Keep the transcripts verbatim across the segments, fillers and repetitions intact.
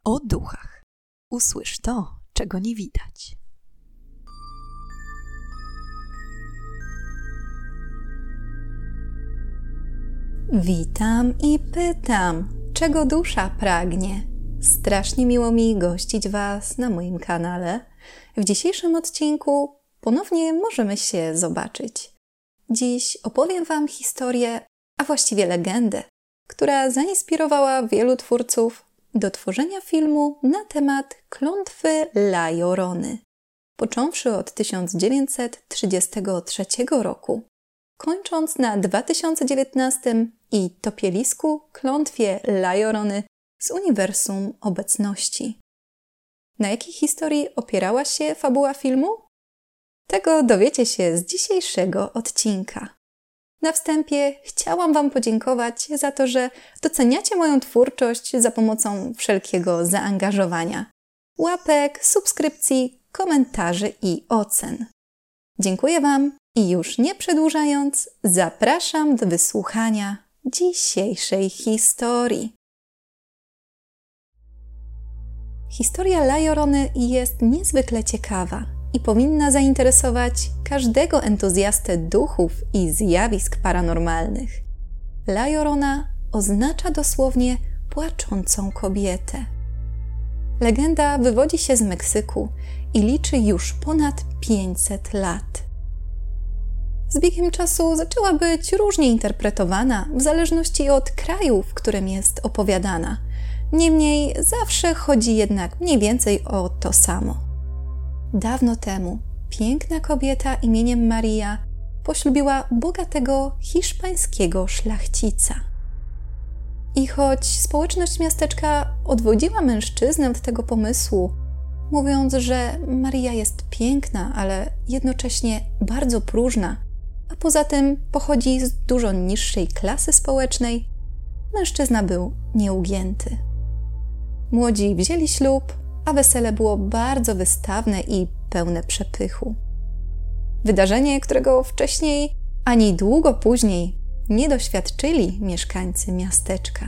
O duchach. Usłysz to, czego nie widać. Witam i pytam, czego dusza pragnie. Strasznie miło mi gościć Was na moim kanale. W dzisiejszym odcinku ponownie możemy się zobaczyć. Dziś opowiem Wam historię, a właściwie legendę, która zainspirowała wielu twórców do tworzenia filmu na temat klątwy La Llorony. Począwszy od tysiąc dziewięćset trzydziestego trzeciego roku, kończąc na dwa tysiące dziewiętnastym i topielisku klątwie La Llorony z uniwersum obecności. Na jakiej historii opierała się fabuła filmu? Tego dowiecie się z dzisiejszego odcinka. Na wstępie chciałam Wam podziękować za to, że doceniacie moją twórczość za pomocą wszelkiego zaangażowania, łapek, subskrypcji, komentarzy i ocen. Dziękuję Wam i już nie przedłużając, zapraszam do wysłuchania dzisiejszej historii. Historia La Llorony jest niezwykle ciekawa i powinna zainteresować każdego entuzjastę duchów i zjawisk paranormalnych. La Llorona oznacza dosłownie płaczącą kobietę. Legenda wywodzi się z Meksyku i liczy już ponad pięćset lat. Z biegiem czasu zaczęła być różnie interpretowana w zależności od kraju, w którym jest opowiadana. Niemniej zawsze chodzi jednak mniej więcej o to samo. Dawno temu piękna kobieta imieniem Maria poślubiła bogatego hiszpańskiego szlachcica. I choć społeczność miasteczka odwodziła mężczyznę od tego pomysłu, mówiąc, że Maria jest piękna, ale jednocześnie bardzo próżna, a poza tym pochodzi z dużo niższej klasy społecznej, mężczyzna był nieugięty. Młodzi wzięli ślub, a wesele było bardzo wystawne i pełne przepychu. Wydarzenie, którego wcześniej ani długo później nie doświadczyli mieszkańcy miasteczka.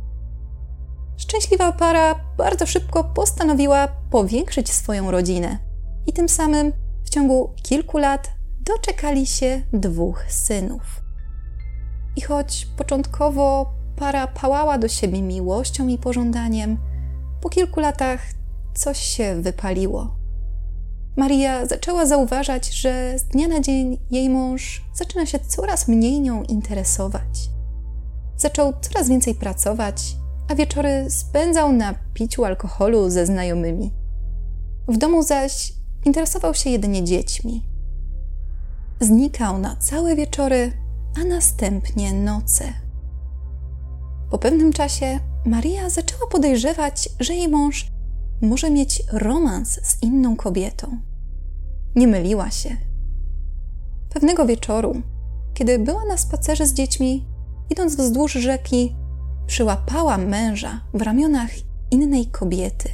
Szczęśliwa para bardzo szybko postanowiła powiększyć swoją rodzinę i tym samym w ciągu kilku lat doczekali się dwóch synów. I choć początkowo para pałała do siebie miłością i pożądaniem, po kilku latach coś się wypaliło. Maria zaczęła zauważać, że z dnia na dzień jej mąż zaczyna się coraz mniej nią interesować. Zaczął coraz więcej pracować, a wieczory spędzał na piciu alkoholu ze znajomymi. W domu zaś interesował się jedynie dziećmi. Znikał na całe wieczory, a następnie noce. Po pewnym czasie Maria zaczęła podejrzewać, że jej mąż może mieć romans z inną kobietą. Nie myliła się. Pewnego wieczoru, kiedy była na spacerze z dziećmi, idąc wzdłuż rzeki, przyłapała męża w ramionach innej kobiety.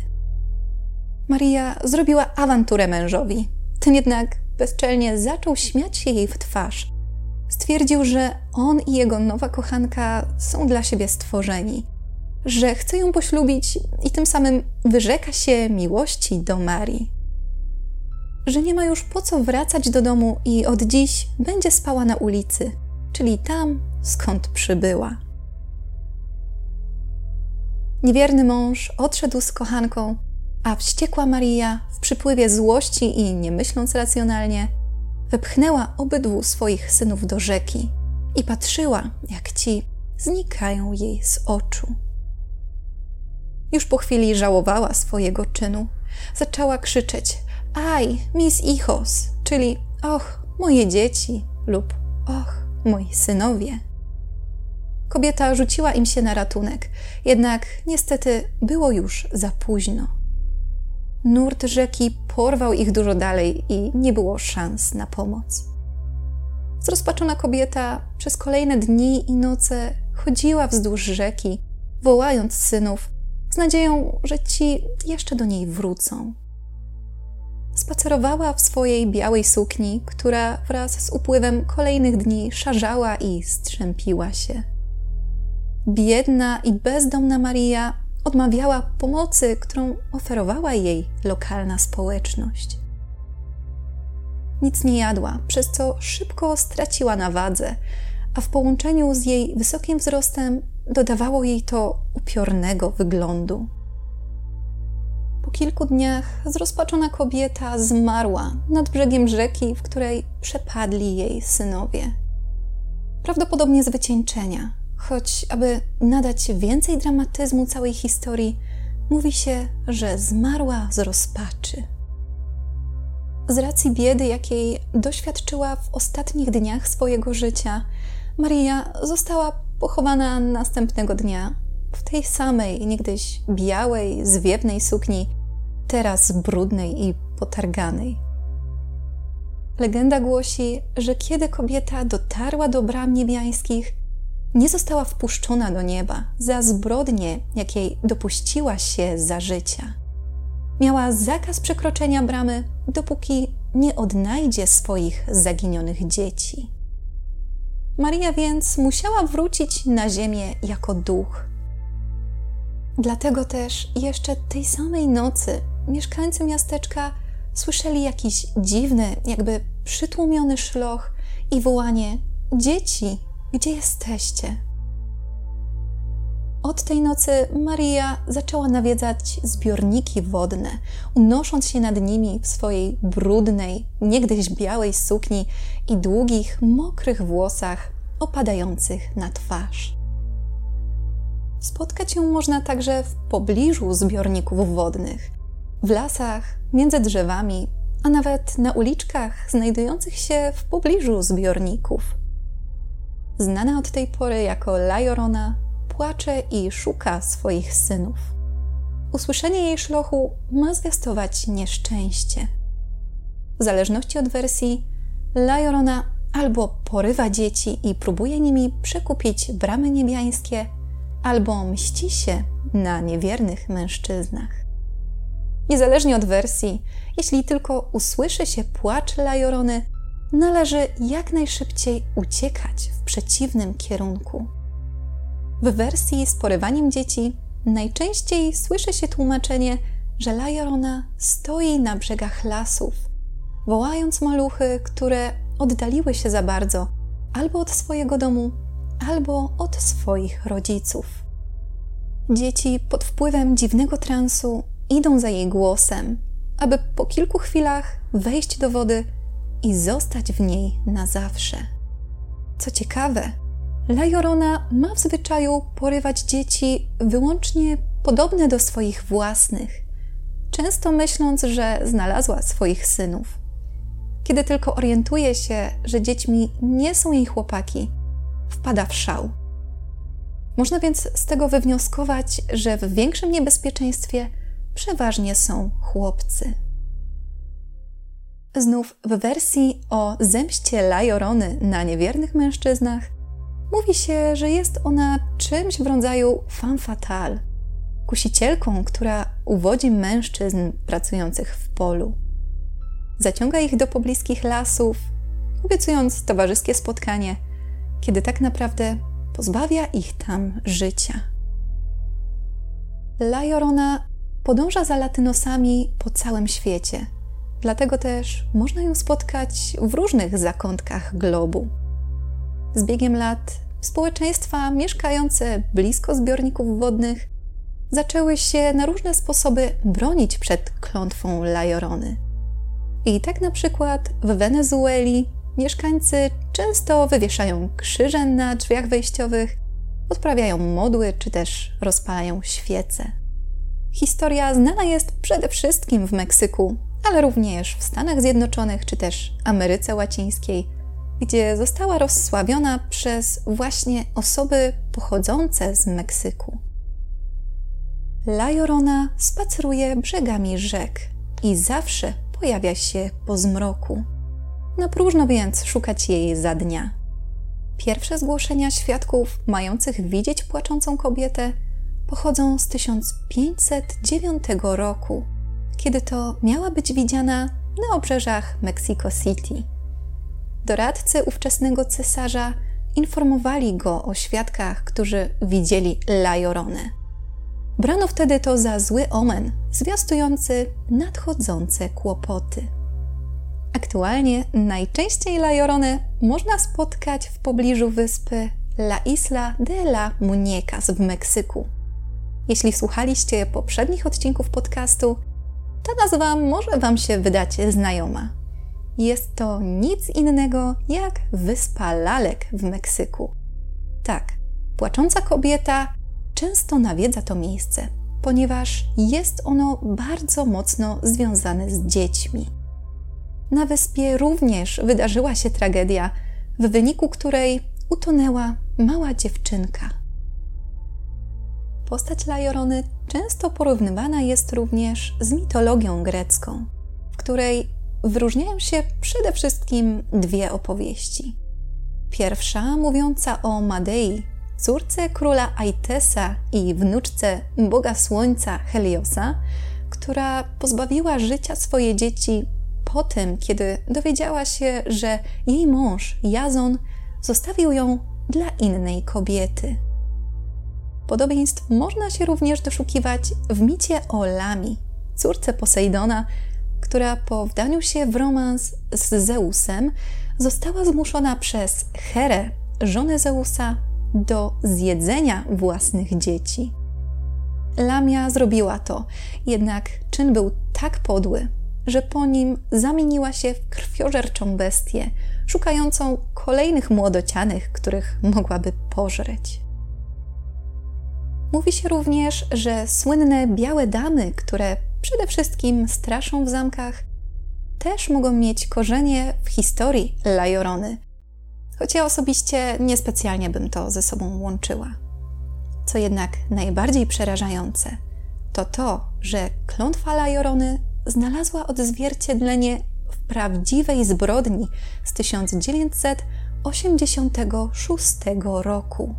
Maria zrobiła awanturę mężowi. Ten jednak bezczelnie zaczął śmiać się jej w twarz. Stwierdził, że on i jego nowa kochanka są dla siebie stworzeni, że chce ją poślubić i tym samym wyrzeka się miłości do Marii. Że nie ma już po co wracać do domu i od dziś będzie spała na ulicy, czyli tam, skąd przybyła. Niewierny mąż odszedł z kochanką, a wściekła Maria w przypływie złości i nie myśląc racjonalnie, wepchnęła obydwu swoich synów do rzeki i patrzyła, jak ci znikają jej z oczu. Już po chwili żałowała swojego czynu. Zaczęła krzyczeć: „Aj, mis hijos”, czyli „och, moje dzieci” lub „och, moi synowie”. Kobieta rzuciła im się na ratunek, jednak niestety było już za późno. Nurt rzeki porwał ich dużo dalej i nie było szans na pomoc. Zrozpaczona kobieta przez kolejne dni i noce chodziła wzdłuż rzeki, wołając synów, z nadzieją, że ci jeszcze do niej wrócą. Spacerowała w swojej białej sukni, która wraz z upływem kolejnych dni szarzała i strzępiła się. Biedna i bezdomna Maria odmawiała pomocy, którą oferowała jej lokalna społeczność. Nic nie jadła, przez co szybko straciła na wadze, a w połączeniu z jej wysokim wzrostem dodawało jej to upiornego wyglądu. Po kilku dniach zrozpaczona kobieta zmarła nad brzegiem rzeki, w której przepadli jej synowie. Prawdopodobnie z wycieńczenia, choć aby nadać więcej dramatyzmu całej historii, mówi się, że zmarła z rozpaczy. Z racji biedy, jakiej doświadczyła w ostatnich dniach swojego życia, Maria została pochowana następnego dnia w tej samej, niegdyś białej, zwiewnej sukni, teraz brudnej i potarganej. Legenda głosi, że kiedy kobieta dotarła do bram niebiańskich, nie została wpuszczona do nieba za zbrodnie, jakiej dopuściła się za życia. Miała zakaz przekroczenia bramy, dopóki nie odnajdzie swoich zaginionych dzieci. Maria więc musiała wrócić na ziemię jako duch. Dlatego też jeszcze tej samej nocy mieszkańcy miasteczka słyszeli jakiś dziwny, jakby przytłumiony szloch i wołanie: dzieci, gdzie jesteście? Od tej nocy Maria zaczęła nawiedzać zbiorniki wodne, unosząc się nad nimi w swojej brudnej, niegdyś białej sukni i długich, mokrych włosach opadających na twarz. Spotkać ją można także w pobliżu zbiorników wodnych, w lasach, między drzewami, a nawet na uliczkach znajdujących się w pobliżu zbiorników. Znana od tej pory jako La Llorona, płacze i szuka swoich synów. Usłyszenie jej szlochu ma zwiastować nieszczęście. W zależności od wersji, La Llorona albo porywa dzieci i próbuje nimi przekupić bramy niebiańskie, albo mści się na niewiernych mężczyznach. Niezależnie od wersji, jeśli tylko usłyszy się płacz La Llorony, należy jak najszybciej uciekać w przeciwnym kierunku. W wersji z porywaniem dzieci najczęściej słyszy się tłumaczenie, że La Llorona stoi na brzegach lasów, wołając maluchy, które oddaliły się za bardzo albo od swojego domu, albo od swoich rodziców. Dzieci pod wpływem dziwnego transu idą za jej głosem, aby po kilku chwilach wejść do wody i zostać w niej na zawsze. Co ciekawe, La Llorona ma w zwyczaju porywać dzieci wyłącznie podobne do swoich własnych, często myśląc, że znalazła swoich synów. Kiedy tylko orientuje się, że dziećmi nie są jej chłopaki, wpada w szał. Można więc z tego wywnioskować, że w większym niebezpieczeństwie przeważnie są chłopcy. Znów w wersji o zemście La Llorony na niewiernych mężczyznach mówi się, że jest ona czymś w rodzaju femme fatale, kusicielką, która uwodzi mężczyzn pracujących w polu. Zaciąga ich do pobliskich lasów, obiecując towarzyskie spotkanie, kiedy tak naprawdę pozbawia ich tam życia. La Llorona podąża za latynosami po całym świecie, dlatego też można ją spotkać w różnych zakątkach globu. Z biegiem lat społeczeństwa mieszkające blisko zbiorników wodnych zaczęły się na różne sposoby bronić przed klątwą La Llorony. I tak na przykład w Wenezueli mieszkańcy często wywieszają krzyże na drzwiach wejściowych, odprawiają modły czy też rozpalają świece. Historia znana jest przede wszystkim w Meksyku, ale również w Stanach Zjednoczonych czy też Ameryce Łacińskiej, gdzie została rozsławiona przez właśnie osoby pochodzące z Meksyku. La Llorona spaceruje brzegami rzek i zawsze pojawia się po zmroku. Na próżno więc szukać jej za dnia. Pierwsze zgłoszenia świadków mających widzieć płaczącą kobietę pochodzą z tysiąc pięćset dziewiątego roku, kiedy to miała być widziana na obrzeżach Mexico City. Doradcy ówczesnego cesarza informowali go o świadkach, którzy widzieli La Lloronę. Brano wtedy to za zły omen, zwiastujący nadchodzące kłopoty. Aktualnie najczęściej La Lloronę można spotkać w pobliżu wyspy La Isla de la Muñecas w Meksyku. Jeśli słuchaliście poprzednich odcinków podcastu, ta nazwa może Wam się wydać znajoma. Jest to nic innego jak Wyspa Lalek w Meksyku. Tak, płacząca kobieta często nawiedza to miejsce, ponieważ jest ono bardzo mocno związane z dziećmi. Na wyspie również wydarzyła się tragedia, w wyniku której utonęła mała dziewczynka. Postać La Llorony często porównywana jest również z mitologią grecką, w której wyróżniają się przede wszystkim dwie opowieści. Pierwsza mówiąca o Madei, córce króla Aitesa i wnuczce boga słońca Heliosa, która pozbawiła życia swoje dzieci po tym, kiedy dowiedziała się, że jej mąż Jazon zostawił ją dla innej kobiety. Podobieństw można się również doszukiwać w micie o Lami, córce Posejdona, która po wdaniu się w romans z Zeusem została zmuszona przez Herę, żonę Zeusa, do zjedzenia własnych dzieci. Lamia zrobiła to, jednak czyn był tak podły, że po nim zamieniła się w krwiożerczą bestię, szukającą kolejnych młodocianych, których mogłaby pożreć. Mówi się również, że słynne białe damy, które przede wszystkim straszą w zamkach, też mogą mieć korzenie w historii La Llorony, choć ja osobiście niespecjalnie bym to ze sobą łączyła. Co jednak najbardziej przerażające, to to, że klątwa La Llorony znalazła odzwierciedlenie w prawdziwej zbrodni z tysiąc dziewięćset osiemdziesiątego szóstego roku.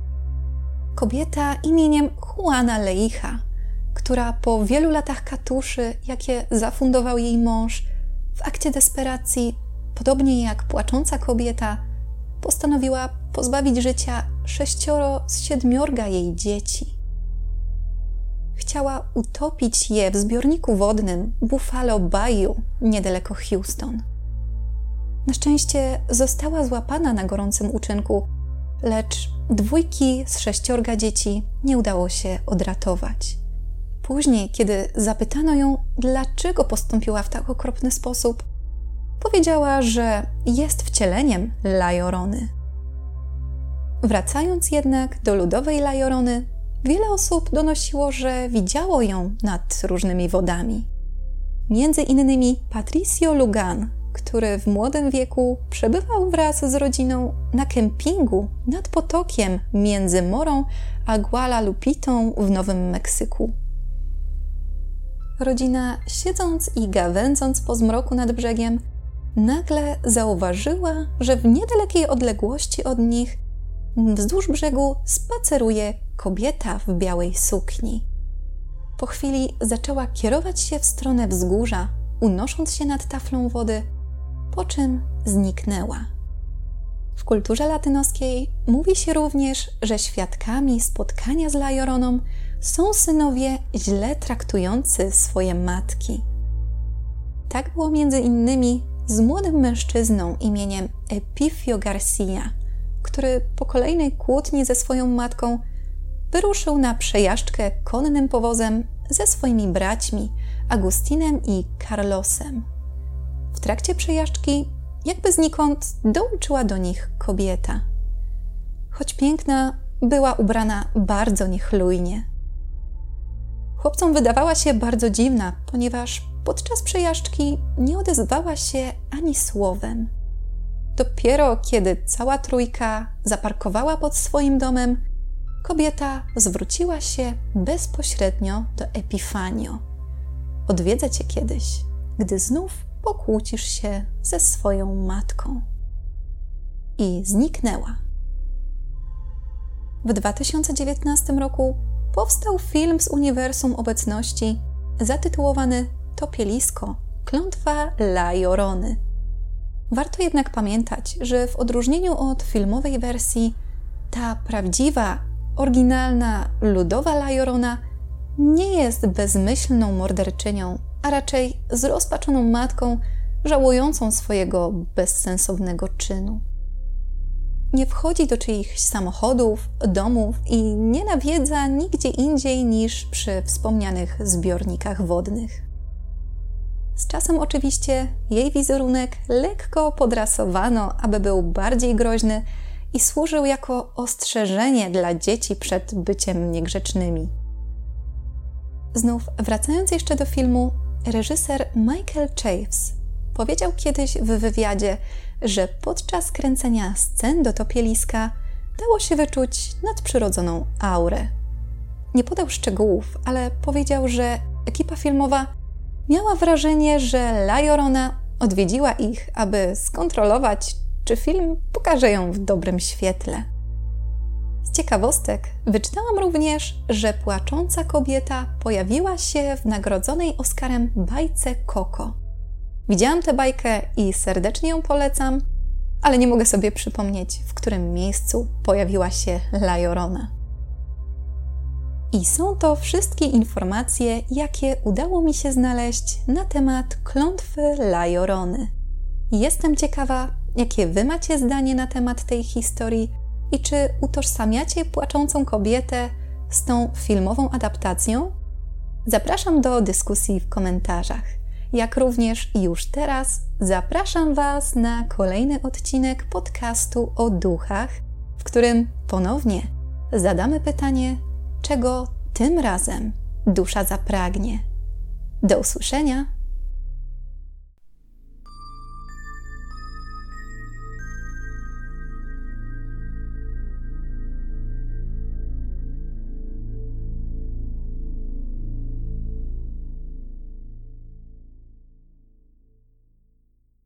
Kobieta imieniem Juana Leija, która po wielu latach katuszy, jakie zafundował jej mąż, w akcie desperacji, podobnie jak płacząca kobieta, postanowiła pozbawić życia sześcioro z siedmiorga jej dzieci. Chciała utopić je w zbiorniku wodnym Buffalo Bayou, niedaleko Houston. Na szczęście została złapana na gorącym uczynku, lecz dwójki z sześciorga dzieci nie udało się odratować. Później, kiedy zapytano ją, dlaczego postąpiła w tak okropny sposób, powiedziała, że jest wcieleniem La Llorony. Wracając jednak do ludowej La Llorony, wiele osób donosiło, że widziało ją nad różnymi wodami. Między innymi Patricio Lugan, który w młodym wieku przebywał wraz z rodziną na kempingu nad potokiem między Morą a Guadalupitą w Nowym Meksyku. Rodzina, siedząc i gawędząc po zmroku nad brzegiem, nagle zauważyła, że w niedalekiej odległości od nich wzdłuż brzegu spaceruje kobieta w białej sukni. Po chwili zaczęła kierować się w stronę wzgórza, unosząc się nad taflą wody, po czym zniknęła. W kulturze latynoskiej mówi się również, że świadkami spotkania z La Lloroną są synowie źle traktujący swoje matki. Tak było między innymi z młodym mężczyzną imieniem Epifio Garcia, który po kolejnej kłótni ze swoją matką wyruszył na przejażdżkę konnym powozem ze swoimi braćmi Agustinem i Carlosem. W trakcie przejażdżki jakby znikąd dołączyła do nich kobieta. Choć piękna, była ubrana bardzo niechlujnie. Chłopcom wydawała się bardzo dziwna, ponieważ podczas przejażdżki nie odezwała się ani słowem. Dopiero kiedy cała trójka zaparkowała pod swoim domem, kobieta zwróciła się bezpośrednio do Epifanio. Odwiedzę cię kiedyś, gdy znów pokłócisz się ze swoją matką. I zniknęła. W dwa tysiące dziewiętnastym roku powstał film z uniwersum obecności zatytułowany Topielisko – Klątwa La Llorony. Warto jednak pamiętać, że w odróżnieniu od filmowej wersji ta prawdziwa, oryginalna, ludowa La Llorona nie jest bezmyślną morderczynią, a raczej zrozpaczoną matką żałującą swojego bezsensownego czynu. Nie wchodzi do czyichś samochodów, domów i nie nawiedza nigdzie indziej niż przy wspomnianych zbiornikach wodnych. Z czasem oczywiście jej wizerunek lekko podrasowano, aby był bardziej groźny i służył jako ostrzeżenie dla dzieci przed byciem niegrzecznymi. Znów wracając jeszcze do filmu, reżyser Michael Chaves powiedział kiedyś w wywiadzie, że podczas kręcenia scen do topieliska dało się wyczuć nadprzyrodzoną aurę. Nie podał szczegółów, ale powiedział, że ekipa filmowa miała wrażenie, że La Llorona odwiedziła ich, aby skontrolować, czy film pokaże ją w dobrym świetle. Z ciekawostek wyczytałam również, że płacząca kobieta pojawiła się w nagrodzonej Oscarem bajce Coco. Widziałam tę bajkę i serdecznie ją polecam, ale nie mogę sobie przypomnieć, w którym miejscu pojawiła się La Llorona. I są to wszystkie informacje, jakie udało mi się znaleźć na temat klątwy La Llorony. Jestem ciekawa, jakie Wy macie zdanie na temat tej historii i czy utożsamiacie płaczącą kobietę z tą filmową adaptacją? Zapraszam do dyskusji w komentarzach. Jak również już teraz zapraszam Was na kolejny odcinek podcastu o duchach, w którym ponownie zadamy pytanie, czego tym razem dusza zapragnie. Do usłyszenia!